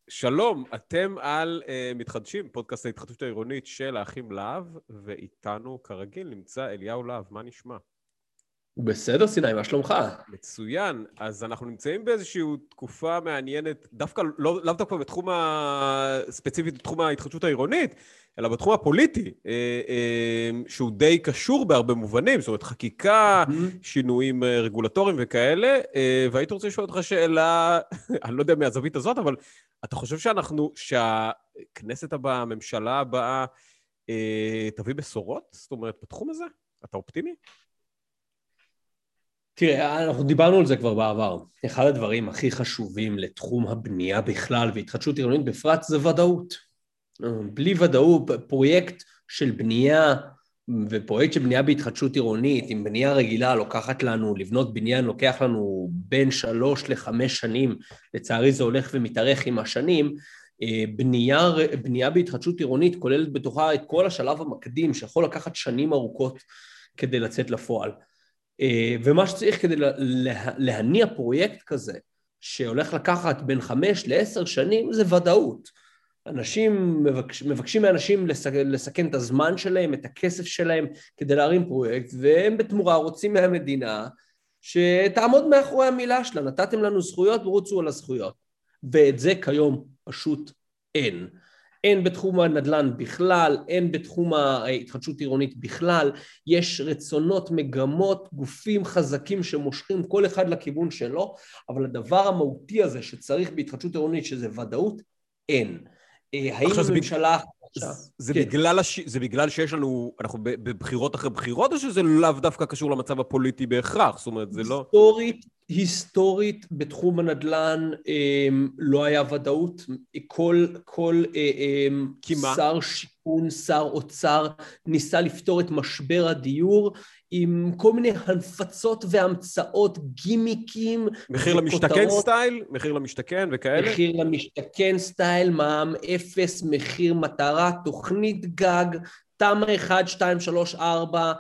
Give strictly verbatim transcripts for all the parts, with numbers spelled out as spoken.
שלום, אתם על uh, מתחדשים, פודקאסט ההתחדשות העירונית של האחים להב, ואיתנו כרגיל נמצא אליהו להב, מה נשמע? בסדר סיני, מה שלומך? מצוין, אז אנחנו נמצאים באיזושהי תקופה מעניינת, דווקא לא, לא דווקא בתחום הספציפית, בתחום ההתחדשות העירונית, אלא בתחום הפוליטי, אה, אה, שהוא די קשור בהרבה מובנים, זאת אומרת חקיקה, mm-hmm. שינויים רגולטוריים וכאלה, אה, והייתי רוצה לשאול אותך שאלה, אני לא יודע מהזווית הזאת, אבל אתה חושב שאנחנו, שהכנסת הבאה, הממשלה הבאה, אה, תביא בשורות? זאת אומרת, בתחום הזה? אתה אופטימי? תראה, אנחנו דיברנו על זה כבר בעבר. אחד הדברים הכי חשובים לתחום הבנייה בכלל והתחדשות עירונית בפרט זה ודאות. בלי ודאות, פרויקט של בנייה ופרויקט של בנייה בהתחדשות עירונית, עם בנייה רגילה לוקחת לנו, לבנות בניין לוקח לנו בין שלוש לחמש שנים, לצערי זה הולך ומתארך עם השנים, בנייה, בנייה בהתחדשות עירונית כוללת בתוכה את כל השלב המקדים, שיכול לקחת שנים ארוכות כדי לצאת לפועל. ומה שצריך כדי להניע פרויקט כזה, שהולך לקחת בין חמש לעשר שנים, זה ודאות. אנשים מבקש, מבקשים מאנשים לסכן את הזמן שלהם, את הכסף שלהם, כדי להרים פרויקט, והם בתמורה רוצים מהמדינה, שתעמוד מאחורי המילה שלה, נתתם לנו זכויות, רוצו על הזכויות. ואת זה כיום פשוט אין. אין בתחום הנדל"ן בכלל, אין בתחום ההתחדשות עירונית בכלל, יש רצונות, מגמות, גופים חזקים שמושכים כל אחד לכיוון שלו, אבל הדבר המהותי הזה שצריך בהתחדשות עירונית, שזה ודאות, אין. האם הממשלה... זה בגלל, זה בגלל שיש לנו, אנחנו בבחירות אחרי בחירות, או שזה לאו דווקא קשור למצב הפוליטי בהכרח? זאת אומרת, זה לא... היסטורית, היסטורית בתחום הנדל"ן לא היה ודאות. כל, כל שר שיכון, שר אוצר, ניסה לפתור את משבר הדיור, עם כל מיני הנפצות והמצאות, גימיקים. מחיר למשתכן סטייל? מחיר למשתכן וכאלה? מחיר למשתכן סטייל, מע"מ אפס, מחיר מטרה, תוכנית גג, תמ"א אחת, שתיים, שלוש, ארבע,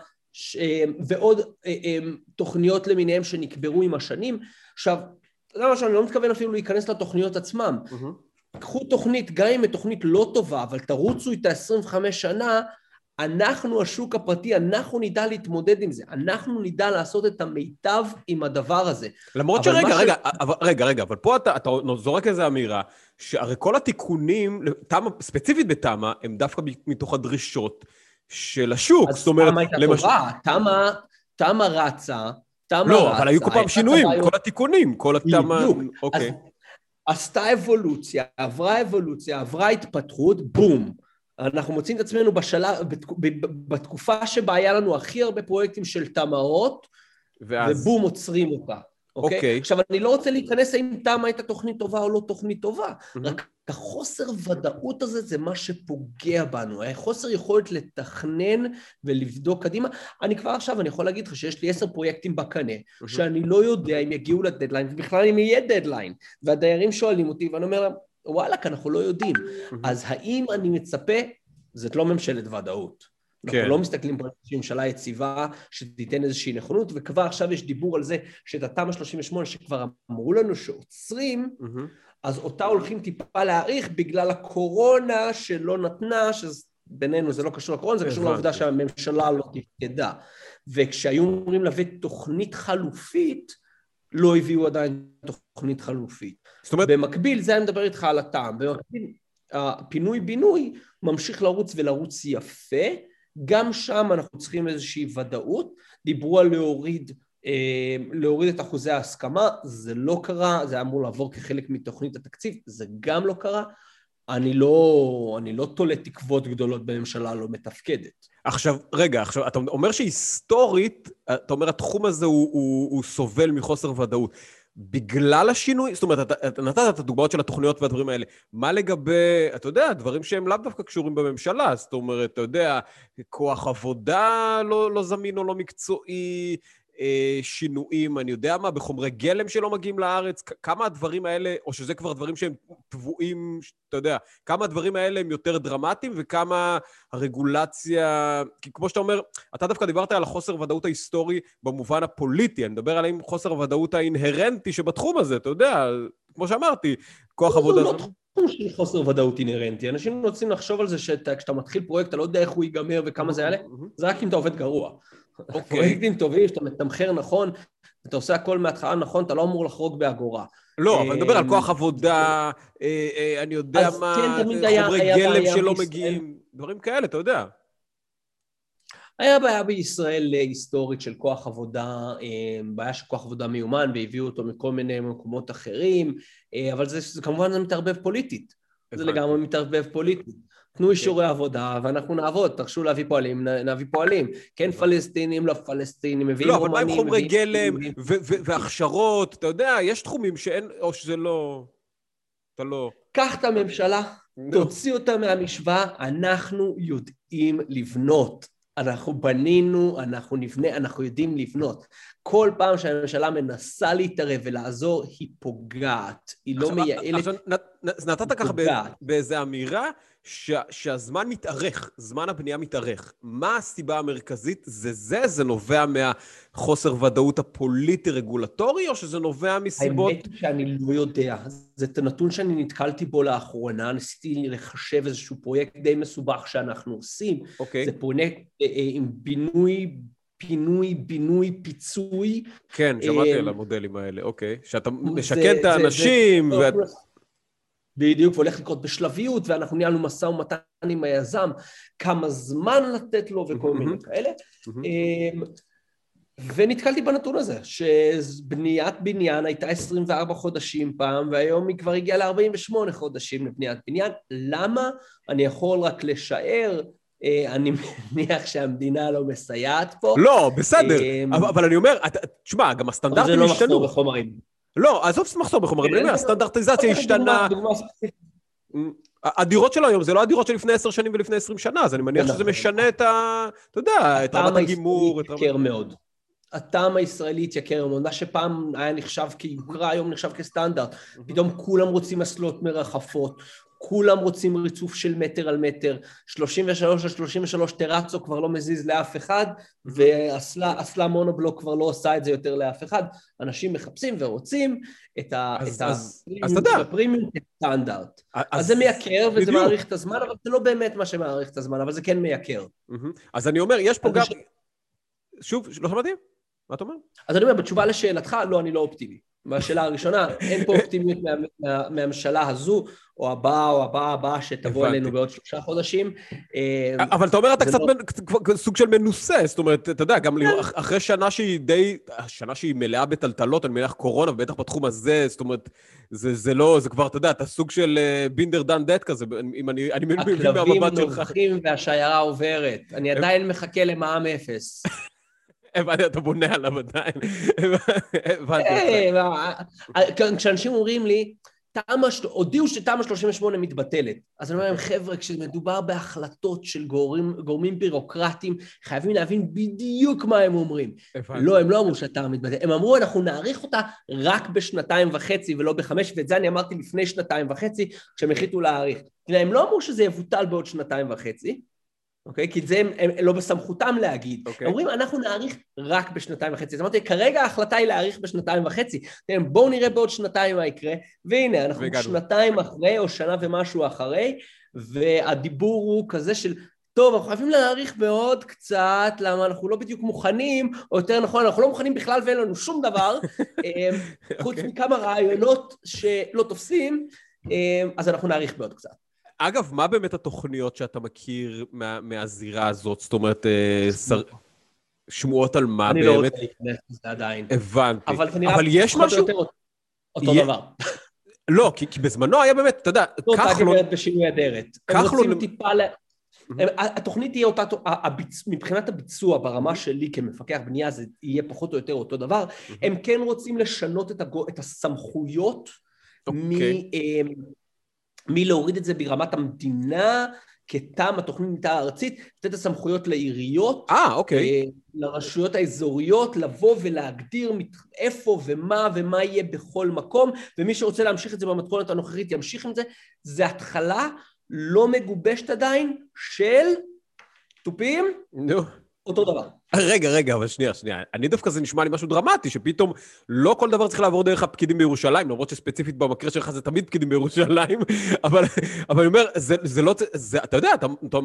ועוד תוכניות למיניהם שנקברו עם השנים. עכשיו, אתה יודע מה שאני לא מתכוון אפילו להיכנס לתוכניות עצמם. קחו תוכנית, גם אם היא תוכנית לא טובה, אבל תרוצו איתה עשרים וחמש שנה, אנחנו, השוק הפרטי, אנחנו נדע להתמודד עם זה, אנחנו נדע לעשות את המיטב עם הדבר הזה. למרות שרגע, רגע, רגע, רגע, אבל פה אתה, אתה זורק איזו אמירה, שהרי כל התיקונים, ספציפית בתמה, הם דווקא מתוך הדרישות של השוק. אז תמה הייתה טובה, תמה, תמה רצה, תמה רצה. לא, אבל היו כל פעם שינויים, כל התיקונים, כל התמה, אוקיי. עשתה אבולוציה, עברה אבולוציה, עברה התפתחות, בום. אנחנו מוצאים את עצמנו בשלב, בתקופה שבה היה לנו הכי הרבה פרויקטים של תמ"אות, ואז... ובום עוצרים אותה. אוקיי? אוקיי. עכשיו, אני לא רוצה להיכנס האם תמה הייתה תוכנית טובה או לא תוכנית טובה, mm-hmm. רק החוסר ודאות הזה זה מה שפוגע בנו, החוסר יכולת לתכנן ולבדוק קדימה. אני כבר עכשיו, אני יכול להגיד לך שיש לי עשר פרויקטים בקנה, mm-hmm. שאני לא יודע אם יגיעו לדדליין, ובכלל אם יהיה דדליין, והדיירים שואלים אותי, ואני אומר להם, וואלה, אנחנו לא יודעים. Mm-hmm. אז האם אני מצפה, זאת לא ממשלת ודאות. אנחנו לא מסתכלים פה על ממשלה יציבה שתיתן איזושהי נכונות, וכבר עכשיו יש דיבור על זה שאת התמ"א שלושים ושמונה שכבר אמרו לנו שעוצרים, אז אותה הולכים טיפה להאריך בגלל הקורונה שלא נתנה, שבינינו זה לא קשור לקורונה, זה קשור לעובדה שהממשלה לא תפקדה. וכשהיו אומרים להביא תוכנית חלופית, לא הביאו עדיין תוכנית חלופית. במקביל, זה אני מדבר איתך על הטעם, במקביל, הפינוי-בינוי ממשיך לרוץ ולרוץ יפה, גם שם אנחנו צריכים איזושהי ודאות, דיברו על להוריד, אה, להוריד את אחוזי ההסכמה, זה לא קרה, זה אמור לעבור כחלק מתוכנית התקציב, זה גם לא קרה, אני לא, אני לא תולה תקוות גדולות בממשלה לא מתפקדת. עכשיו, רגע, עכשיו, אתה אומר שהיסטורית, אתה אומר התחום הזה הוא, הוא, הוא סובל מחוסר ודאות, בגלל השינוי, זאת אומרת, אתה, אתה נתת את הדוגמאות של התוכניות והדברים האלה, מה לגבי, אתה יודע, דברים שהם לאו דווקא קשורים בממשלה, זאת אומרת, אתה יודע, כוח עבודה לא, לא זמין או לא מקצועי, אה, שינויים, אני יודע מה, בחומרי גלם שלא מגיעים לארץ, כמה הדברים האלה, או שזה כבר דברים שהם טבועים, אתה יודע, כמה הדברים האלה הם יותר דרמטיים, וכמה הרגולציה, כי כמו שאתה אומר, אתה דווקא דיברת על החוסר ודאות ההיסטורי במובן הפוליטי, אני מדבר עליהם חוסר ודאות האינהרנטי שבתחום הזה, אתה יודע, כמו שאמרתי, כוח עבודה... של חוסר ודאות אינרנטי. אנשים רוצים לחשוב על זה שכשאתה מתחיל פרויקט, אתה לא יודע איך הוא ייגמר וכמה זה יעלה, זה רק אם אתה עובד גרוע. פרויקטים טובים, שאתה מתמחר נכון, אתה עושה הכל מההתחלה נכון, אתה לא אמור לחרוג באגורה. לא, אבל נדבר על כוח עבודה, אני יודע מה, חומרי גלם שלא מגיעים, דברים כאלה, אתה יודע. היה בעיה בישראל היסטורית של כוח עבודה, בעיה של כוח עבודה מיומן, והביאו אותו מכל מיני מקומות אחרים, אבל זה כמובן זה מתערבב פוליטית. זה לגמרי מתערבב פוליטית. תנו אישורי עבודה, ואנחנו נעבוד, תרשו להביא פועלים, נביא פועלים. כן פלסטינים, לא פלסטינים, מביאים רומנים. לא, אבל מה עם חומרי גלם והכשרות, אתה יודע, יש תחומים שאין, או שזה לא, אתה לא... קח את הממשלה, תוציא אותה מהמשוואה, אנחנו יודעים לבנות. אנחנו בנינו, אנחנו נבנה, אנחנו יודעים לבנות. כל פעם שהממשלה מנסה להתערב ולעזור, היא פוגעת. היא לא מייעלת. אז נתת ככה באיזו אמירה שהזמן מתארך, זמן הבנייה מתארך. מה הסיבה המרכזית? זה זה? זה נובע מהחוסר ודאות הפוליטי-רגולטורי, או שזה נובע מסיבות... האמת היא שאני לא יודע. זה נתון שאני נתקלתי בו לאחרונה, ניסיתי לחשב איזשהו פרויקט די מסובך שאנחנו עושים. זה פרויקט עם בינוי, פינוי, בינוי, פיצוי. כן, שמעתי על המודלים האלה, אוקיי. שאתה משכן את האנשים ואת... בדיוק, והולך לקרות בשלביות, ואנחנו ניהלנו משא ומתן עם היזם, כמה זמן לתת לו וכל מיני כאלה. ונתקלתי בנתון הזה, שבניית בניין הייתה עשרים וארבעה חודשים פעם, והיום היא כבר הגיעה ל-ארבעים ושמונה חודשים לבניית בניין. למה? אני יכול רק לשער, אני מניח שהמדינה לא מסייעת פה. לא, בסדר, אבל אני אומר, תשמע, גם הסטנדרטים השתנו. זה לא מחסור בחומרים. לא, עזוב מחסור בחומרים, הסטנדרטיזציה השתנה. הדירות של היום, זה לא הדירות של לפני עשר שנים ולפני עשרים שנה, אז אני מניח שזה משנה את ה... אתה יודע, את רמת הגימור. הטעם הישראלי התייקר מאוד. הטעם הישראלי התייקר מאוד. מה שפעם היה נחשב כיוקרה, היום נחשב כסטנדרט. פתאום כולם רוצים אסלות מרחפות, כולם רוצים ריצוף של מטר על מטר, שלושים ושלוש על שלושים ושלוש טרצו כבר לא מזיז לאף אחד, ואסלה מונובלוק כבר לא עושה את זה יותר לאף אחד. אנשים מחפשים ורוצים את הפרימיום כסטנדרט. אז זה מייקר וזה מעריך את הזמן, אבל זה לא באמת מה שמעריך את הזמן, אבל זה כן מייקר. אז אני אומר, יש פה גם... שוב, לא שמעתי? מה אתה אומר? אז אני אומר, בתשובה לשאלתך, לא, אני לא אופטימי. בשאלה הראשונה, אין פה אופטימיות מהממשלה הזו, או הבאה, או הבאה הבאה שתבוא אלינו בעוד שלושה חודשים. אבל אתה אומר, אתה קצת סוג של מנוסה, זאת אומרת, אתה יודע, גם אחרי שנה שהיא די, שנה שהיא מלאה בטלטלות, אני מלאה קורונה, ובטח בתחום הזה, זאת אומרת, זה לא, זה כבר, אתה יודע, אתה סוג של בינדר דן דט כזה, אם אני מבין מהמבט שלך. הכלבים נובחים והשיירה עוברת. אני עדיין מחכה למע"מ אפס. הבנתי, אתה בונה עליו עדיין. כשאנשים אומרים לי, הודיעו שתמ"א שלושים ושמונה מתבטלת, אז אני אומר להם, חבר'ה, כשמדובר בהחלטות של גורמים בירוקרטיים, חייבים להבין בדיוק מה הם אומרים. לא, הם לא אמרו שהתמ"א מתבטלת, הם אמרו, אנחנו נעריך אותה רק בשנתיים וחצי ולא בחמש, ואת זה אני אמרתי לפני שנתיים וחצי, כשהם החליטו להעריך. הם לא אמרו שזה יבוטל בעוד שנתיים וחצי, אוקיי? כי זה הם, הם לא בסמכותם להגיד. Okay. אומרים, אנחנו נעריך רק בשנתיים וחצי. זאת אומרת, כרגע ההחלטה היא להעריך בשנתיים וחצי. בואו נראה בעוד שנתיים מה יקרה, והנה, אנחנו וגדול. שנתיים אחרי, או שנה ומשהו אחרי, והדיבור הוא כזה של, טוב, אנחנו חייבים להעריך בעוד קצת, למה אנחנו לא בדיוק מוכנים, או יותר נכון, אנחנו לא מוכנים בכלל ואין לנו שום דבר, חוץ okay. מכמה רעיונות שלא תופסים, אז אנחנו נעריך בעוד קצת. אגב, מה באמת התוכניות שאתה מכיר מה, מהזירה הזאת? זאת אומרת, שר... שמועות על מה אני באמת? אני לא רוצה להיכנס לזה עדיין. הבנתי. אבל, אבל יש משהו? יותר אותו י... דבר. לא, כי, כי בזמנו היה באמת, אתה יודע, לא, כחלון... לא בשינוי אדרת. כחלון... הם רוצים טיפה ל... התוכנית תהיה אותה, הביצ... מבחינת הביצוע ברמה שלי כמפקח בנייה, זה יהיה פחות או יותר אותו דבר. הם כן רוצים לשנות את, הגו... את הסמכויות מ... מלהוריד את זה ברמת המדינה, כתם התוכנית מתאר הארצית, לתת את הסמכויות לעיריות, אה, אוקיי. לרשויות האזוריות, לבוא ולהגדיר איפה ומה ומה יהיה בכל מקום, ומי שרוצה להמשיך את זה במתכונת הנוכחית ימשיך עם זה. זה התחלה לא מגובשת עדיין של טופים, נו. אותו דבר. רגע, רגע, אבל שנייה, שנייה. אני דווקא זה נשמע לי משהו דרמטי, שפתאום לא כל דבר צריך לעבור דרך הפקידים בירושלים, למרות שספציפית במקרה שלך זה תמיד פקידים בירושלים, אבל, אבל אני אומר, זה, זה לא, זה, אתה יודע, אתה,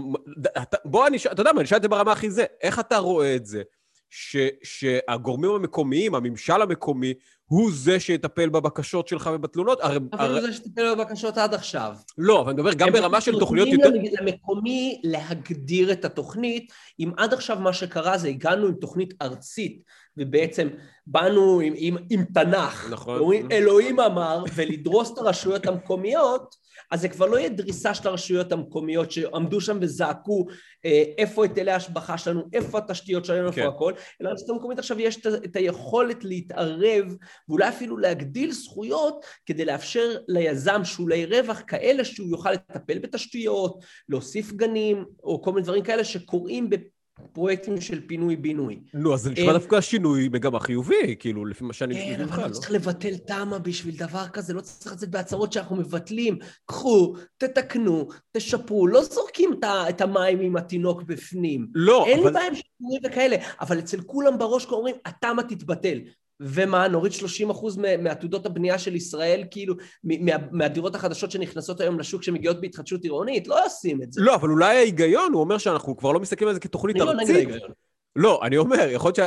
אתה, בוא, אני, אתה יודע מה, אני שאלתי ברמה הכי זה, איך אתה רואה את זה, ש, שהגורמים המקומיים, הממשל המקומי, הוא זה שיטפל בבקשות שלך ובתלונות? אבל הר... הוא זה שיטפל בבקשות עד עכשיו. לא, אבל אני מדבר גם ברמה של תוכניות יותר... הם נותנים למקומי להגדיר את התוכנית. אם עד עכשיו מה שקרה זה הגענו עם תוכנית ארצית, ובעצם באנו עם, עם, עם תנ"ך, נכון. ואומרים, אלוהים אמר, ולדרוס את הרשויות המקומיות, אז זה כבר לא יהיה דריסה של הרשויות המקומיות שעמדו שם וזעקו איפה היטלי ההשבחה שלנו, איפה התשתיות שלנו, איפה הכל, אלא הרשות המקומית עכשיו יש את היכולת להתערב, ואולי אפילו להגדיל זכויות כדי לאפשר ליזם שולי רווח כאלה שהוא יוכל לטפל בתשתיות, להוסיף גנים, או כל מיני דברים כאלה שקוראים בפרויקטים של פינוי-בינוי. נו, אז זה נשמע דווקא שינוי מגמה חיובי, כאילו, לפי מה שאני מבין לך, לא? כן, אבל לא צריך לבטל תמה בשביל דבר כזה, לא צריך לצאת בהצהרות שאנחנו מבטלים, קחו, תתקנו, תשפרו, לא זורקים את המים עם התינוק בפנים. לא, אין לי בהם שינוי וכאלה, אבל אצל כולם בראש אומרים, התמה תתבטל. ומה, נוריד שלושים אחוז מעתודות הבנייה של ישראל, כאילו, מהדירות החדשות שנכנסות היום לשוק שמגיעות בהתחדשות עירונית, לא עושים את זה. לא, אבל אולי ההיגיון, הוא אומר שאנחנו כבר לא מסתכלים על זה כתוכנית ארצית. לא, אני אומר, יכול להיות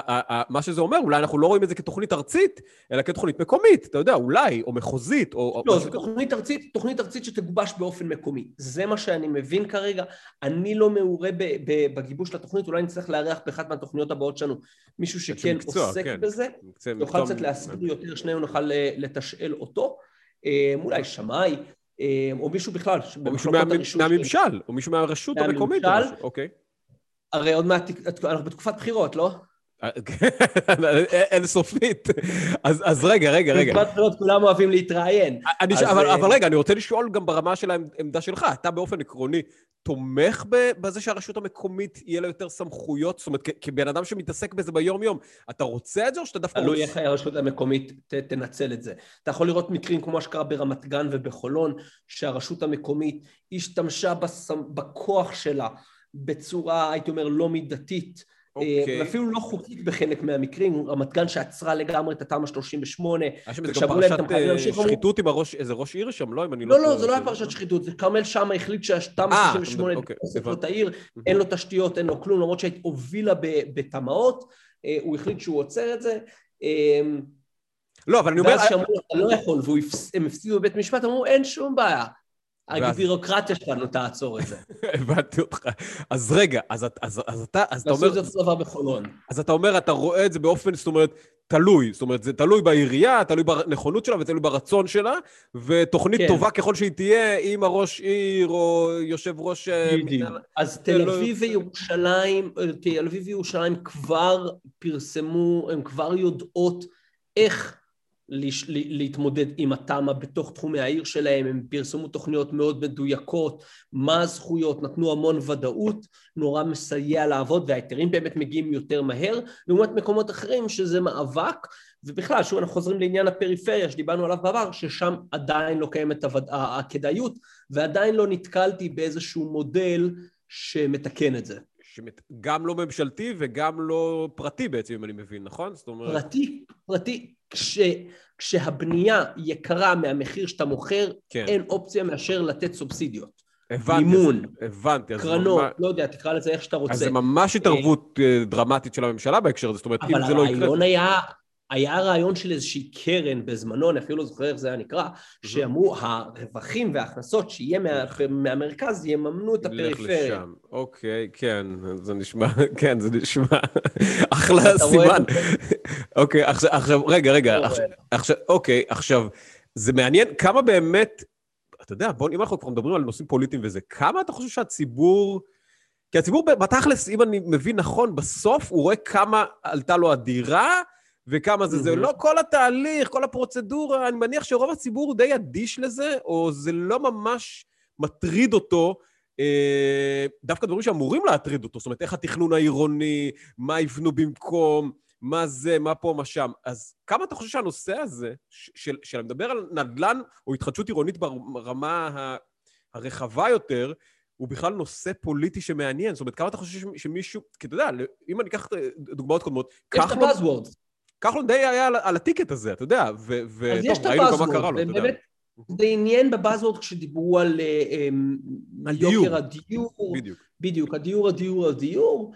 שמה שזה אומר, אולי אנחנו לא רואים את זה כתוכנית ארצית, אלא כתוכנית מקומית, אתה יודע, אולי, או מחוזית, או... לא, זו תוכנית ארצית, תוכנית ארצית שתגובש באופן מקומי. זה מה שאני מבין כרגע. אני לא מעורה בגיבוש לתוכנית, אולי נצטרך לארח באחת מהתוכניות הבאות שלנו, מישהו שכן עוסק בזה, נוכל קצת להסביר יותר, שנינו נוכל לתשאל אותו, אולי שמאי, או מישהו בכלל, או מישהו מהממשל, או מישהו מהרשות המקומית, אוקיי. הרי עוד מעט, אנחנו בתקופת בחירות, לא? אין סופית. אז רגע, רגע, רגע. בתקופת בחירות כולם אוהבים להתראיין. אבל רגע, אני רוצה לשאול גם ברמה של העמדה שלך. אתה באופן עקרוני תומך בזה שהרשות המקומית יהיה לה יותר סמכויות? זאת אומרת, כבן אדם שמתעסק בזה ביום-יום, אתה רוצה את זה או שאתה דווקא... לא איך הרשות המקומית תנצל את זה. אתה יכול לראות מקרים כמו שקרה ברמת גן ובחולון, שהרשות המקומית השתמשה בכוח שלה, בצורה, הייתי אומר, לא מידתית, okay. ואפילו לא חוקית בחלק מהמקרים, רמת גן שעצרה לגמרי את התמ"א שלושים ושמונה. היה שם גם פרשת שחיתות עם הראש, איזה ראש עיר שם, לא? אם אני לא, לא, לא, זה לא היה פרשת שחיתות, זה כרמל שם החליט שהתמ"א שלושים ושמונה תוסף לו את העיר, אין לו תשתיות, אין לו כלום, למרות שהיית הובילה בתמ"אות, הוא החליט שהוא עוצר את זה. לא, אבל אני אומר... ואז שאמרו, אתה לא יכול, והם הפסידו בבית משפט, אמרו, אין שום בעיה. הבירוקרטיה שלנו תעצור את זה. הבנתי אותך. אז רגע, אז אתה... נעשו את זה אותו דבר בחולון. אז אתה אומר, אתה רואה את זה באופן, זאת אומרת, תלוי. זאת אומרת, זה תלוי בעירייה, תלוי בנכונות שלה ותלוי ברצון שלה, ותוכנית טובה ככל שהיא תהיה, עם הראש עיר או יושב ראש... אז תל אביב וירושלים, תל אביב וירושלים כבר פרסמו, הן כבר יודעות איך להתמודד עם התמה בתוך תחומי העיר שלהם, הם פרסמו תוכניות מאוד מדויקות, מה הזכויות, נתנו המון ודאות, נורא מסייע לעבוד, וההיתרים באמת מגיעים יותר מהר, לעומת מקומות אחרים שזה מאבק, ובכלל, שוב אנחנו חוזרים לעניין הפריפריה, שדיברנו עליו בעבר, ששם עדיין לא קיימת הכדאיות, ועדיין לא נתקלתי באיזשהו מודל שמתקן את זה. גם לא ממשלתי וגם לא פרטי בעצם, אם אני מבין, נכון? זאת אומרת... פרטי, פרטי, כש, כשהבנייה יקרה מהמחיר שאתה מוכר, כן. אין אופציה מאשר לתת סובסידיות. הבנתי, מימון, הבנתי. קרנות, ממש... לא יודע, תקרא לזה איך שאתה רוצה. אז זה ממש התערבות דרמטית של הממשלה בהקשר הזה, זאת אומרת, אם זה לא יקרה... אבל הרעיון היה... היה רעיון של איזושהי קרן בזמנו, אני אפילו לא זוכר איך זה היה נקרא, שאמרו, הרווחים וההכנסות שיהיה מהמרכז יממנו את הפריפריה. אוקיי, כן, זה נשמע, כן, זה נשמע, אחלה סימן. אוקיי, עכשיו, רגע, רגע, אוקיי, עכשיו, זה מעניין, כמה באמת, אתה יודע, בוא, אם אנחנו כבר מדברים על נושאים פוליטיים וזה, כמה אתה חושב שהציבור, כי הציבור בתכלס, אם אני מבין נכון, בסוף הוא רואה כמה עלתה לו הדירה, וכמה זה, זה לא כל התהליך, כל הפרוצדורה, אני מניח שרוב הציבור די אדיש לזה, או זה לא ממש מטריד אותו, דווקא דברים שאמורים להטריד אותו, זאת אומרת, איך התכנון העירוני, מה יבנו במקום, מה זה, מה פה, מה שם. אז כמה אתה חושב שהנושא הזה, של, של מדבר על נדל"ן או התחדשות עירונית ברמה הרחבה יותר, הוא בכלל נושא פוליטי שמעניין. זאת אומרת, כמה אתה חושב שמישהו, כי אתה יודע, אם אני אקח דוגמאות קודמות, יש את הבאזוורד. כחלון די היה על הטיקט הזה, אתה יודע, וטוב, ראינו גם מה קרה לו, אתה יודע. זה עניין בבאזוורד כשדיברו על יוקר הדיור. בדיוק. בדיוק, הדיור, הדיור, הדיור.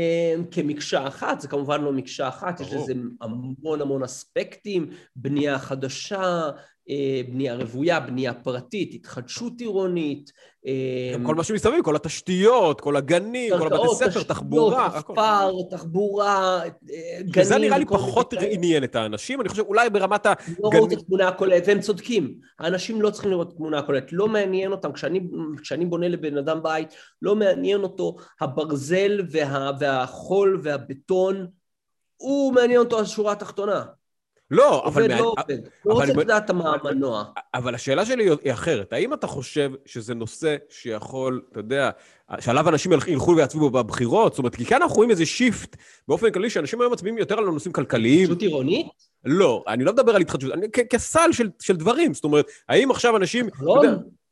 כמקשה אחת, זה כמובן לא מקשה אחת, יש לזה המון המון אספקטים, בנייה חדשה, בנייה רוויה, בנייה פרטית, התחדשות עירונית. כל מה שמסביב, כל התשתיות, כל הגנים, כל הבתי ספר, תחבורה. תחפר, תחבורה, גנים. וזה נראה לי פחות עניין את האנשים, אני חושב אולי ברמת הגנים. לא רואות את תמונה הכוללת, והם צודקים. האנשים לא צריכים לראות את תמונה הכוללת, לא מעניין אותם, כשאני בונה לבן אדם בית, לא מעניין אותו הברזל והחול והבטון, הוא מעניין אותו השורה התחתונה. לא, אבל... עובד, לא עובד. לא רוצה לדעת מה המנוע. אבל השאלה שלי היא אחרת. האם אתה חושב שזה נושא שיכול, אתה יודע, שעליו אנשים ילכו ויעצבו בבחירות? זאת אומרת, כי כאן אנחנו רואים איזה שיפט באופן כללי, שאנשים היום מצביעים יותר על נושאים כלכליים. התחדשות עירונית? לא, אני לא מדבר על התחדשות, כסל של דברים. זאת אומרת, האם עכשיו אנשים... כחלון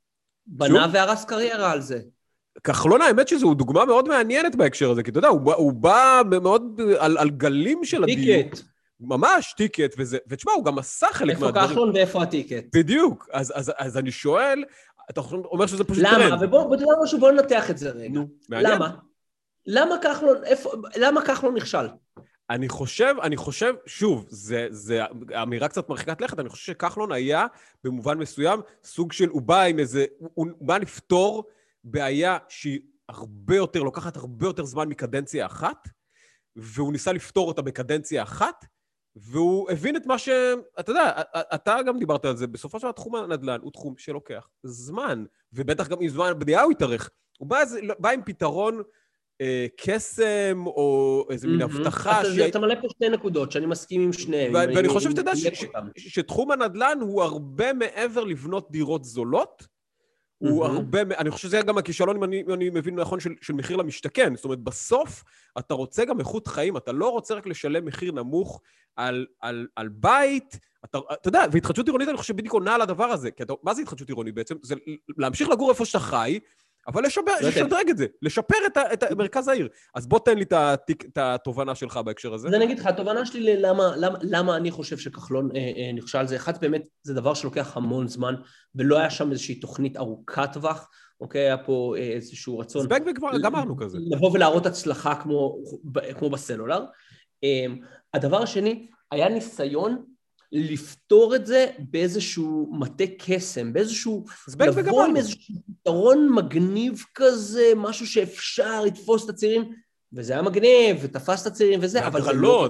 בנה והרס קריירה על זה. כחלון, האמת שזו דוגמה מאוד מעניינת בהקשר הזה, כי אתה יודע, הוא בא מאוד על גלים של הדיוק. טיקט. ממש טיקט, וזה, ותשמע, הוא גם עשה חלק מהדברים. איפה כחלון ואיפה הטיקט? בדיוק, אז, אז, אז אני שואל, אתה אומר שזה פשוט למה? טרנד. למה? ובואו, בוא תדע משהו, בואו ננתח את זה רגע. נו, מעניין. למה? למה כחלון, איפה, למה כחלון נכשל? אני חושב, אני חושב, שוב, זה, זה אמירה קצת מרחיקת לכת, אני חושב שכחלון היה, במובן מסוים, סוג של, הוא בא עם איזה, הוא בא לפתור בעיה שהיא הרבה יותר, לוקחת הרבה יותר זמן מקדנציה אחת, והוא ניסה לפתור אותה בקדנציה אחת, והוא הבין את מה ש... אתה יודע, אתה גם דיברת על זה, בסופו של דבר תחום הנדל"ן הוא תחום שלוקח זמן, ובטח גם עם זמן בנייה הוא יתארך. הוא בא, בא עם פתרון אה, קסם, או איזה מין הבטחה... אתה, שהי... אתה מלא פה שתי נקודות, שאני מסכים עם שניהם. ו- ואני חושב שאתה יודע ש- ש- ש- שתחום הנדל"ן הוא הרבה מעבר לבנות דירות זולות, הוא הרבה, אני חושב שזה גם הכישלון, אם אני, אני מבין נכון, של, של מחיר למשתכן. זאת אומרת, בסוף אתה רוצה גם איכות חיים, אתה לא רוצה רק לשלם מחיר נמוך על, על, על בית, אתה, אתה יודע, והתחדשות עירונית, אני חושב בדיוק עונה על הדבר הזה, כי אתה, מה זה התחדשות עירונית בעצם? זה להמשיך לגור איפה שאתה חי, אבל לשפר, לשדרג את זה, לשפר את, ה, את מרכז העיר. אז בוא תן לי את התובנה שלך בהקשר הזה. אז אני אגיד לך, התובנה שלי למה, למה, למה אני חושב שכחלון אה, אה, נכשל, זה אחד באמת, זה דבר שלוקח המון זמן, ולא היה שם איזושהי תוכנית ארוכת טווח, אוקיי, היה פה אה, איזשהו רצון... אז בק כבר גמרנו כזה. לבוא ולהראות הצלחה כמו, כמו בסלולר. אה, הדבר השני, היה ניסיון לפתור את זה באיזשהו מטה קסם, באיזשהו... לבוא עם איזשהו פתרון מגניב כזה, משהו שאפשר לתפוס את הצעירים, וזה היה מגניב, ותפס את הצעירים וזה, אבל זה לא...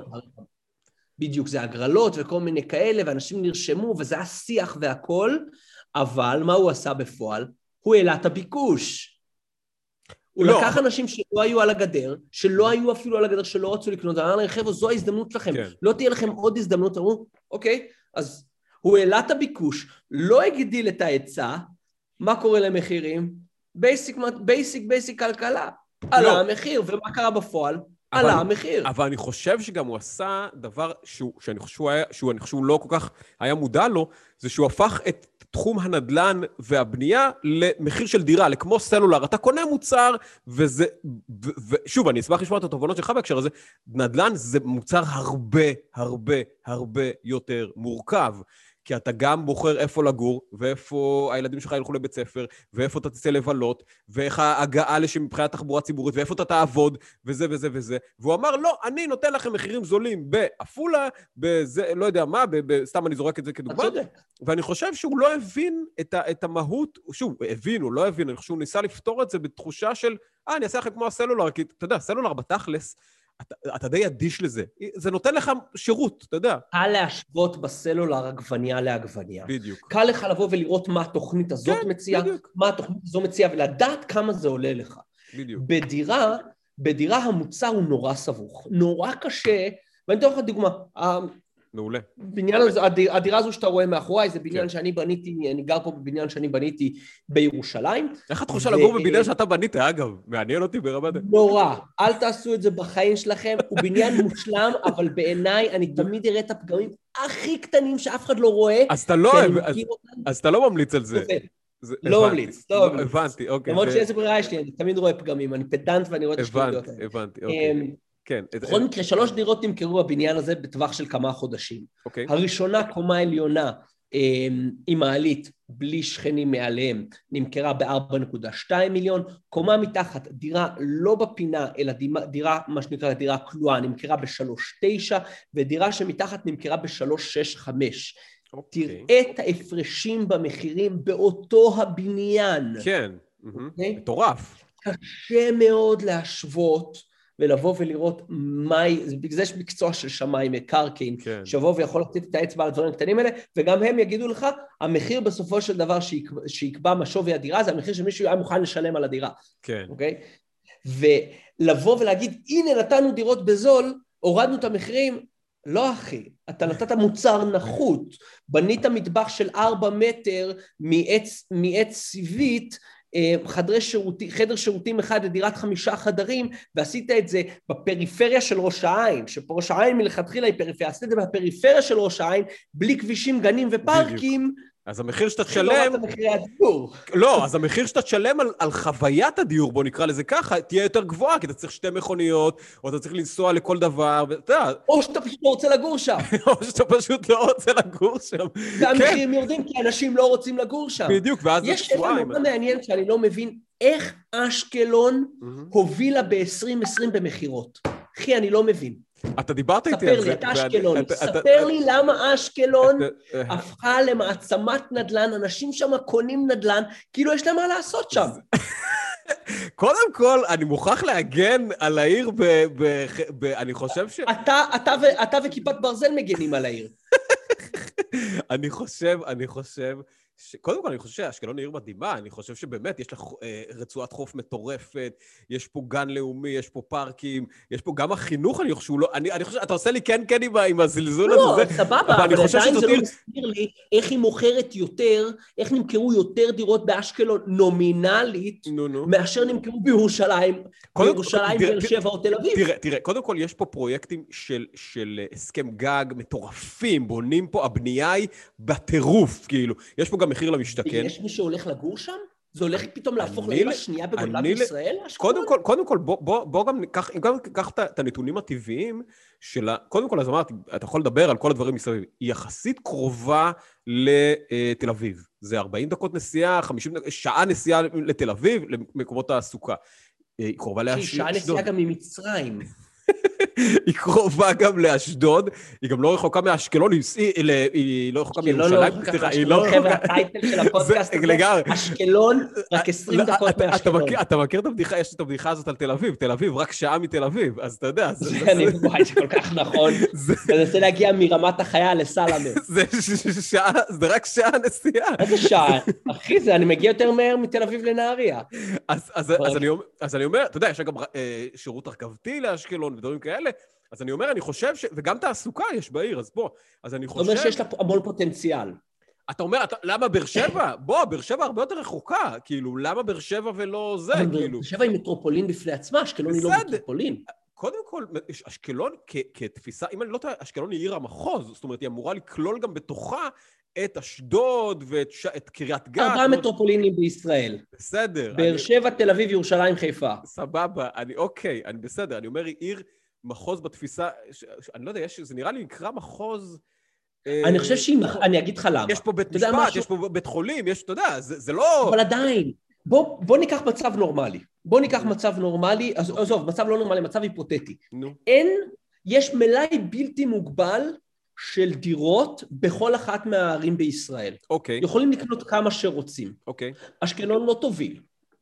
בדיוק, זה הגרלות וכל מיני כאלה, ואנשים נרשמו, וזה היה שיח והכל, אבל מה הוא עשה בפועל? הוא העלה את הביקוש. הוא לא. לקח אנשים שלא היו על הגדר, שלא היו אפילו על הגדר, שלא רצו לקנות, ואמר להם, חבר'ה, זו ההזדמנות שלכם, כן. לא תהיה לכם עוד הזדמנות, אמרו, אוקיי, אז הוא העלה את הביקוש, לא הגדיל את ההיצע, מה קורה למחירים? בייסיק, בייסיק, בייסיק כלכלה, לא. עלה המחיר, ומה קרה בפועל? אבל, עלה המחיר. אבל אני חושב שגם הוא עשה דבר שהוא, שאני חושב שהוא, היה, שהוא, אני חושב שהוא לא כל כך היה מודע לו, זה שהוא הפך את תחום הנדל"ן והבנייה למחיר של דירה, לכמו סלולר. אתה קונה מוצר, וזה... ו, ושוב, אני אשמח לשמוע את התובנות שלך בהקשר הזה. נדל"ן זה מוצר הרבה, הרבה, הרבה יותר מורכב. כי אתה גם בוחר איפה לגור, ואיפה הילדים שלך ילכו לבית ספר, ואיפה אתה תצא לבלות, ואיך ההגעה לשם מבחינת תחבורה ציבורית, ואיפה אתה תעבוד, וזה וזה וזה. והוא אמר, לא, אני נותן לכם מחירים זולים באפולה, בזה, לא יודע מה, ב, ב, סתם אני זורק את זה כדוגמה. ואני חושב שהוא לא הבין את, ה, את המהות, שוב, הבין, הוא לא הבין, אני חושב שהוא ניסה לפתור את זה בתחושה של, אה, אני אעשה לכם כמו הסלולר, כי אתה יודע, סלולר בתכלס, אתה, אתה די אדיש לזה. זה נותן לך שירות, אתה יודע. קל להשוות בסלולר עגבניה לעגבניה. בדיוק. קל לך לבוא ולראות מה התוכנית הזאת כן, מציעה, בדיוק. מה התוכנית הזו מציעה, ולדעת כמה זה עולה לך. בדיוק. בדירה, בדירה המוצר הוא נורא סבוך. נורא קשה, ואני אתן לך דוגמה. מעולה. בניין, הדירה הזו שאתה רואה מאחוריי, זה בניין כן. שאני בניתי, אני גר פה בבניין שאני בניתי בירושלים. איך את חושב ו... לגור בבניין שאתה בנית, אגב? מעניין אותי ברמת... נורא. אל תעשו את זה בחיים שלכם, הוא בניין מושלם, אבל בעיניי אני תמיד אראה את הפגמים הכי קטנים שאף אחד לא רואה. אז אתה לא, אז, אז אתה לא ממליץ על זה. לא ממליץ, לא ממליץ. הבנתי, אוקיי. למרות שאיזה ברירה יש לי, אני תמיד רואה פגמים, אני פדנט ואני רואה את השטויות האלה. הבנתי, אוקיי. כן. בכל מקרה, שלוש דירות נמכרו בבניין הזה בטווח של כמה חודשים. אוקיי. הראשונה, קומה עליונה, עם מעלית, בלי שכנים מעליהם, נמכרה ב-ארבע נקודה שתיים מיליון, קומה מתחת, דירה לא בפינה, אלא דירה, מה שנקרא דירה כלואה, נמכרה ב-שלוש נקודה תשע, ודירה שמתחת נמכרה ב-שלוש נקודה שש חמש. תראה את ההפרשים במחירים באותו הבניין. כן, מטורף. קשה מאוד להשוות, ולבוא ולראות מהי, בגלל זה יש מקצוע של שמיים מקרקעין, כן. שבוא ויכול לתת את האצבע על הדברים הקטנים האלה, וגם הם יגידו לך, המחיר בסופו של דבר שיקבע, שיקבע מה שווי הדירה, זה המחיר שמישהו היה מוכן לשלם על הדירה. כן. אוקיי? ולבוא ולהגיד, הנה נתנו דירות בזול, הורדנו את המחירים, לא אחי, אתה נתת מוצר נחות, בנית מטבח של ארבע מטר מעץ, מעץ סיבית, חדרי שירותי, חדר שירותים אחד לדירת חמישה חדרים, ועשית את זה בפריפריה של ראש העין, שפה ראש העין מלכתחילה היא פריפריה, עשית את זה בפריפריה של ראש העין, בלי כבישים, גנים ופארקים, אז המחיר שאתה תשלם... לא, אז המחיר שאתה תשלם על, על חוויית הדיור, בוא נקרא לזה ככה, תהיה יותר גבוהה, כי אתה צריך שתי מכוניות, או אתה צריך לנסוע לכל דבר, ואתה יודע... או שאתה פשוט לא רוצה לגור שם. או שאתה פשוט לא רוצה לגור שם. והמחירים יורדים, כי אנשים לא רוצים לגור שם. בדיוק, ואז זה שבועיים. יש דבר מעניין שאני לא מבין, איך אשקלון הובילה ב-עשרים עשרים במחירות. אחי, אני לא מבין. אתה דיברת איתי על זה. ספר לי, אתה אשקלון, ספר לי למה אשקלון הפכה למעצמת נדל"ן, אנשים שם קונים נדל"ן, כאילו יש להם מה לעשות שם. קודם כל, אני מוכרח להגן על העיר ב... אני חושב ש... אתה וכיפת ברזל מגנים על העיר. אני חושב, אני חושב... קודם כל, אני חושב שאשקלון היא עיר מדהימה, אני חושב שבאמת יש לך רצועת חוף מטורפת, יש פה גן לאומי, יש פה פארקים, יש פה גם החינוך, אני חושב שהוא לא... אני חושב, אתה עושה לי כן כן עם הזלזול הזה. לא, סבבה, אבל עדיין זה לא מסביר לי איך היא מוכרת יותר, איך נמכרו יותר דירות באשקלון נומינלית, מאשר נמכרו בירושלים, בירושלים, באר שבע או תל אביב. תראה, תראה, קודם כל יש פה פרויקטים של הסכם גג מטורפים, בונים פה, הבנייה היא בטירוף, כאילו. יש פה גם מחיר למשתכן. יש מי שהולך לגור שם? זה הולך פתאום להפוך לעיר השנייה בגודלה בישראל? קודם כל, קודם כל, בוא גם ניקח, אם גם ניקח את הנתונים הטבעיים של, קודם כל, אז אמרתי, אתה יכול לדבר על כל הדברים מסביב. היא יחסית קרובה לתל אביב. זה ארבעים דקות נסיעה, חמישים דקות, שעה נסיעה לתל אביב, למקומות תעסוקה. היא קרובה לאשדוד. שעה נסיעה גם ממצרים. היא קרובה גם לאשדוד, היא גם לא רחוקה מאשקלון, היא לא רחוקה מירושלים, סליחה, היא לא רחוקה... חבר'ה, הטייטל של הפודקאסט הזה, אשקלון, רק עשרים דקות מאשקלון. אתה מכיר את הבדיחה, יש את הבדיחה הזאת על תל אביב, תל אביב, רק שעה מתל אביב, אז אתה יודע. אני וואי, זה כל כך נכון. אני רוצה להגיע מרמת החייל לסלמה. זה רק שעה נסיעה. איזה שעה? אחי, זה אני מגיע יותר מהר מתל אביב לנהריה. אז אני אומר, אתה יודע, יש גם שירות רכבתי לאשקלון ודברים כאלה, אז אני אומר, אני חושב ש... וגם תעסוקה יש בעיר, אז בוא. אז אני חושב... זאת אומרת שיש לה המון פוטנציאל. אתה אומר, אתה... למה באר שבע? בוא, באר שבע הרבה יותר רחוקה. כאילו, למה באר שבע ולא זה? כאילו... באר שבע היא מטרופולין בפני עצמה, אשקלון היא לא מטרופולין. קודם כל, אשקלון כ... כתפיסה, אם אני לא טועה, אשקלון היא עיר המחוז, זאת אומרת, היא אמורה לכלול גם בתוכה את אשדוד ואת ש... את קריית גת. ארבעה מטרופולינים בישראל. בסדר. באר אני... שבע, תל אביב, ירושלים, חיפה. סבבה, אני, אוקיי, אני בסדר. אני אומר, היא עיר מחוז בתפיסה, ש... אני לא יודע, יש... זה נראה לי נקרא מחוז... אני חושב שהיא, אני אגיד לך למה. יש פה בית משפט, יש פה בית חולים, יש, אתה יודע, זה, זה לא... אבל עדיין, בוא, בוא ניקח מצב נורמלי. בוא ניקח מצב נורמלי, אז עזוב, מצב לא נורמלי, מצב היפותטי. נו. אין, יש מלאי בלתי מוגבל של דירות בכל אחת מהערים בישראל. אוקיי. יכולים לקנות כמה שרוצים. אוקיי. אשקלון לא תוביל.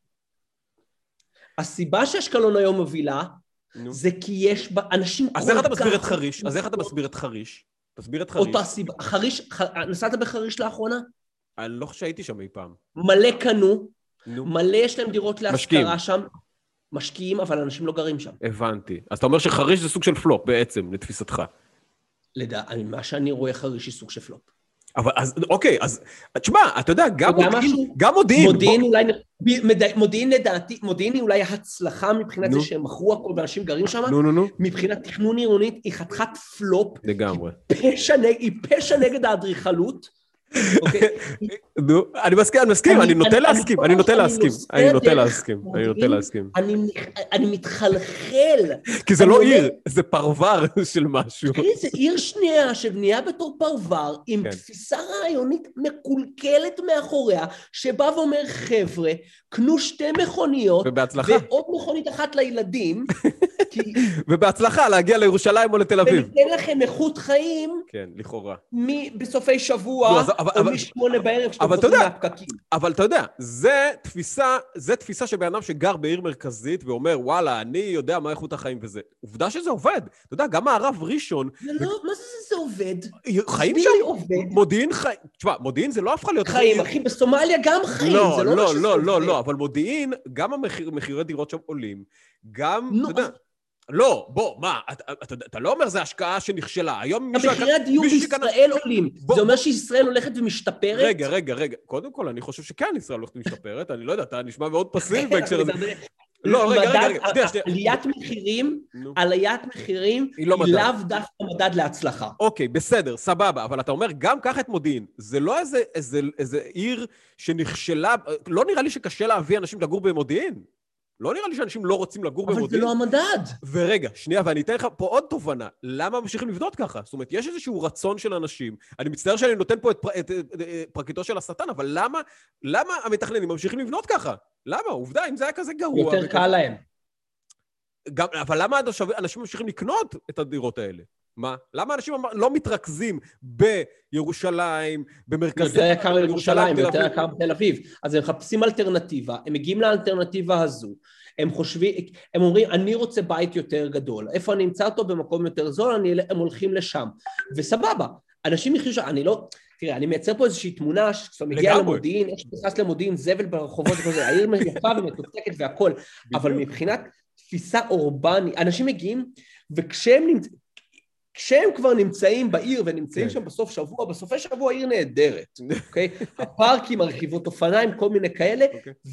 הסיבה שאשקלון היום מובילה, נו. זה כי יש בה אנשים אז איך אתה מסביר את חריש? אז איך אתה מסביר את חריש? תסביר את חריש. אותה סיבה. חריש, נסעת בחריש לאחרונה? אני לא חושב שהייתי שם אי פעם. מלא קנו, מלא יש להם דירות להשכרה שם. משקיעים, אבל אנשים לא גרים שם. הבנתי. אז אתה אומר שחריש זה סוג של פלופ בעצם, לתפיסתך. לדע, מה שאני רואה חריש היא סוג של פלופ. אבל אז, אוקיי, אז, תשמע, אתה יודע, גם מודיעין, גם מודיעין. מודיעין אולי, מודיעין לדעתי, מודיעין היא אולי הצלחה מבחינת זה שהם מכרו הכל ואנשים גרים שם. נו, נו, נו. מבחינת תכנון עירונית, היא חתיכת פלופ. לגמרי. היא פשע נגד האדריכלות. נו, אני מסכים, אני מסכים, אני נוטה להסכים, אני נוטה להסכים, אני נוטה להסכים, אני נוטה להסכים. אני מתחלחל. כי זה לא עיר, זה פרוור של משהו. זה עיר שנייה שבנייה בתור פרוור, עם תפיסה רעיונית מקולקלת מאחוריה, שבא ואומר, חבר'ה, קנו שתי מכוניות, ועוד מכונית אחת לילדים, ובהצלחה להגיע לירושלים או לתל אביב. וניתן לכם איכות חיים, כן, לכאורה. בסופי שבוע, או משמונה בערב, שאתם רוצים מהפקקים. אבל אתה יודע, זה תפיסה, זה תפיסה שבאדם שגר בעיר מרכזית, ואומר, וואלה, אני יודע מה איכות החיים וזה. עובדה שזה עובד. אתה יודע, גם הרב ראשון... זה לא, מה זה זה עובד? חיים שם, מודיעין חיים. תשמע, מודיעין זה לא הפכה להיות... חיים, אחי, בסומליה גם חיים. לא, לא, לא, לא, לא, אבל מודיעין, גם המחירי דירות שם עולים, גם, אתה יודע... לא, בוא, מה, אתה, אתה, אתה לא אומר זה השקעה שנכשלה. היום מישהו... המחירי הדיור בישראל עולים. זה אומר שישראל הולכת ומשתפרת? רגע, רגע, רגע. קודם כל, אני חושב שכן ישראל הולכת ומשתפרת. אני לא יודע, אתה נשמע מאוד פסיבי בהקשר הזה. לא, רגע, רגע, רגע. שנייה, שנייה. עליית מחירים, עליית מחירים, היא לאו דווקא מדד להצלחה. אוקיי, בסדר, סבבה. אבל אתה אומר, גם קח את מודיעין. זה לא איזה עיר שנכשלה... לא נראה לי שקשה להביא אנשים לגור במודיעין. לא נראה לי שאנשים לא רוצים לגור במודיעין. אבל זה לא המדד. ורגע, שנייה, ואני אתן לך פה עוד תובנה. למה ממשיכים לבנות ככה? זאת אומרת, יש איזשהו רצון של אנשים. אני מצטער שאני נותן פה את, פר, את, את, את, את פרקיתו של השטן, אבל למה, למה המתכננים ממשיכים לבנות ככה? למה? עובדה, אם זה היה כזה גרוע... יותר וכזה... קל להם. גם, אבל למה אנשים ממשיכים לקנות את הדירות האלה? מה? למה אנשים לא מתרכזים בירושלים, במרכזי... יותר יקר בירושלים, יותר יקר בתל אביב. אז הם מחפשים אלטרנטיבה, הם מגיעים לאלטרנטיבה הזו, הם חושבים, הם אומרים, אני רוצה בית יותר גדול, איפה אני אמצא אותו במקום יותר זול, אני, הם הולכים לשם. וסבבה, אנשים יחישו, אני לא... תראה, אני מייצר פה איזושהי תמונה שאתה מגיע למודיעין, יש נכנס למודיעין, זבל ברחובות, העיר יפה ומתוקתקת והכל, אבל מבחינת תפיסה אורבנית, אנשים מגיעים, וכשהם נמצאים, כשהם כבר נמצאים בעיר ונמצאים שם בסוף שבוע, בסופי שבוע העיר נהדרת, אוקיי? הפארקים, הרכיבות אופניים, כל מיני כאלה,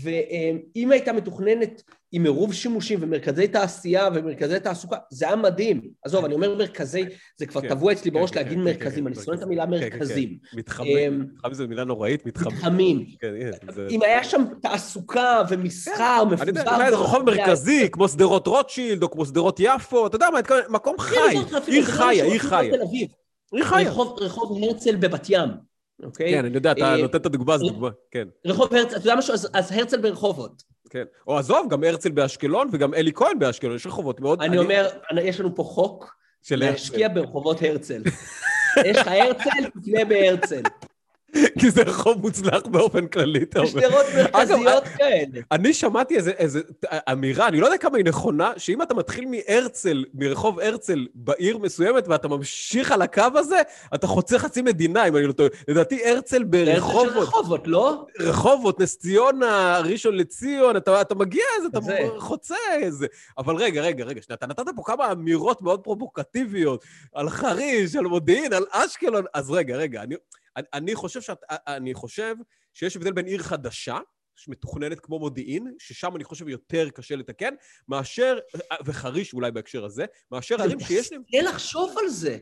ואם הייתה מתוכננת עם עירוב שימושים ומרכזי תעשייה ומרכזי תעסוקה, זה היה מדהים. עזוב, אני אומר מרכזי, זה כבר טבוע אצלי בראש להגיד מרכזים, אני שונא את המילה מרכזים. מתחמים, מתחמים זו מילה נוראית, מתחמים. אם היה שם תעסוקה ומסחר, מפוזר... אני יודע, זה רחוב מרכזי, כמו סדרות רוטשילד, או כמו סדרות יפו, אתה יודע מה, מקום חי, עיר חיה, עיר חיה. עיר חיה. רחוב הרצל בבת ים. כן, אני יודע, אתה נותן את הדוגמה, זו דוגמה, כן. רחוב הרצל, אתה יודע משהו? אז הרצל ברחובות. כן, או עזוב, גם הרצל באשקלון, וגם אלי כהן באשקלון, יש רחובות מאוד... אני אומר, יש לנו פה חוק, להשקיע ברחובות הרצל. יש לך הרצל, תקנה בהרצל. כי זה רחוב מוצלח באופן כללי, אתה אומר. שדרות מרכזיות כאלה. אני שמעתי איזו אמירה, אני לא יודע כמה היא נכונה, שאם אתה מתחיל מהרצל, מרחוב הרצל בעיר מסוימת, ואתה ממשיך על הקו הזה, אתה חוצה חצי מדינה, אם אני לא טועה. לדעתי, הרצל ברחובות. הרצל של רחובות, לא? רחובות, נס ציונה, ראשון לציון, אתה מגיע איזה, אתה חוצה איזה. אבל רגע, רגע, רגע, אתה נתת פה כמה אמירות מאוד פרובוקטיביות, על חריש, על מודיעין, על אשקלון. אז רגע, רגע, אני... אני חושב שאת, אני חושב שיש הבדל בין עיר חדשה, שמתוכננת כמו מודיעין, ששם אני חושב יותר קשה לתקן, מאשר, וחריש אולי בהקשר הזה, מאשר ערים שיש להם... זה לחשוב על זה.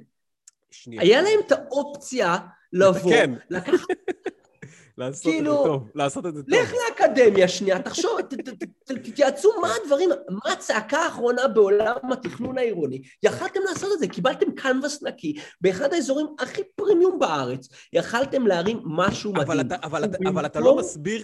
היה להם את האופציה לבוא, לקחת... לעשות את זה טוב, לעשות את זה טוב. לך לאקדמיה שנייה, תחשוב, תתייעצו מה הדברים, מה הצעקה האחרונה בעולם התכנון העירוני. יכלתם לעשות את זה, קיבלתם קנבס נקי, באחד האזורים הכי פרימיום בארץ, יכלתם להרים משהו מדהים. אבל אתה לא מסביר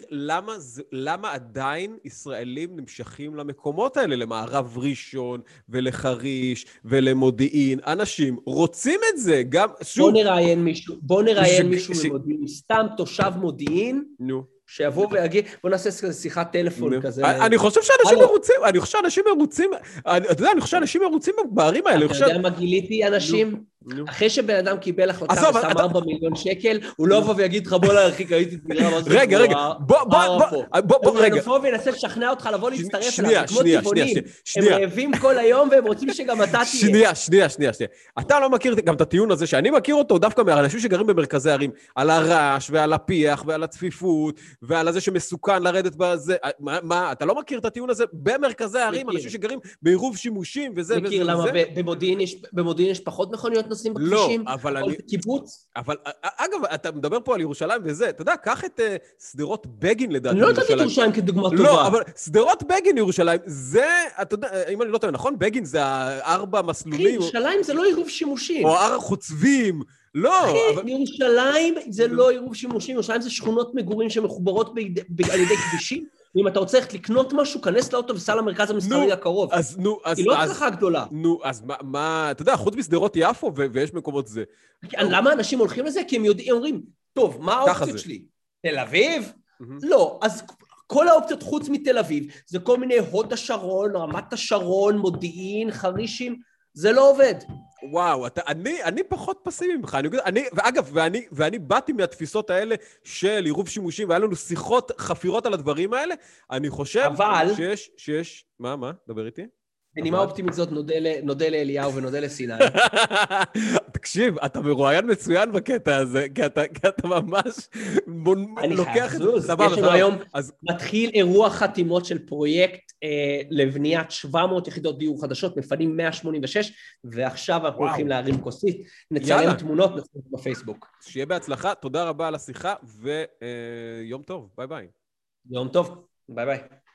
למה עדיין ישראלים נמשכים למקומות האלה, למערב ראשון ולחריש ולמודיעין. אנשים רוצים את זה, גם... בוא נראיין מישהו, בוא נראיין מישהו ממודיעין, סתם תושב מודיעין, נו. שיבוא ויגיד, בוא נעשה שיחת טלפון כזה. אני חושב שאנשים מרוצים, אני חושב שאנשים מרוצים, אתה יודע, אני חושב שאנשים מרוצים בערים האלה. אתה יודע מה גיליתי אנשים? אחרי שבן אדם קיבל החלטה ושם ארבעה מיליון שקל, הוא לא בוא ויגיד לך בוא להרחיק, הייתי תראה מה זה. רגע, רגע, בוא, בוא, בוא, רגע. הוא נבוא וינסה לשכנע אותך לבוא להצטרף אליו, כמו טבעונים. הם רעבים כל היום והם רוצים שגם אתה תהיה. שנייה, שנייה, שנייה, שנייה. אתה לא מכיר גם את הטיעון הזה, שאני מכיר אותו דווקא מאנשים שגרים במרכזי ערים, על הרעש ועל הפיח ועל הצפיפות ועל זה שמסוכן לרדת בזה. מה, אתה לא מכיר את הטיעון הזה במרכזי הערים, אנשים שגרים בעירוב שימושים וזה וזה וזה. מכיר, למה במודיעין יש פחות מכוניות מבזבזים בכבישים? לא, אבל אני... קיבוץ? אבל, אגב, אתה מדבר פה על ירושלים וזה, אתה יודע, קח את סדרות בגין לדעתי. אני לא יודעת את ירושלים כדוגמה טובה. לא, אבל סדרות בגין ירושלים, זה, אתה יודע, אם אני לא טועה, נכון? בגין זה הארבע מסלולים. אחי, ירושלים זה לא עירוב שימושים. או הר חוצבים. לא, אחי, אבל... ירושלים זה לא עירוב שימושים, ירושלים זה שכונות מגורים שמחוברות על ידי כבישים, ואם אתה רוצה לקנות משהו, כנס לאוטו וסע למרכז המסחרי הקרוב. אז נו, אז... היא לא הצלחה גדולה. נו, אז מה, אתה יודע, חוץ מסדרות יפו, ויש מקומות זה. למה אנשים הולכים לזה? כי הם יודעים, אומרים, טוב, מה האופציות שלי? תל אביב? לא, אז כל האופציות חוץ מתל אביב, זה כל מיני הוד השרון, רמת השרון, מודיעין, חרישים, זה לא עובד. וואו, אתה, אני, אני פחות פסימי ממך, אני, אני, ואגב, ואני, ואני באתי מהתפיסות האלה של עירוב שימושים, והיה לנו שיחות חפירות על הדברים האלה, אני חושב אבל... שיש, שיש, מה, מה? דבר איתי? בנימה אופטימית זאת נודה לאליהו ונודה לסיני. תקשיב, אתה מרואיין מצוין בקטע הזה, כי אתה, כי אתה ממש לוקח את זה. יש לנו היום, מתחיל אירוע חתימות של פרויקט לבניית שבע מאות יחידות דיור חדשות, מפנים מאה שמונים ושש, ועכשיו אנחנו הולכים להרים כוסית, נצלם תמונות בפייסבוק. שיהיה בהצלחה, תודה רבה על השיחה, ויום טוב, ביי ביי. יום טוב, ביי ביי.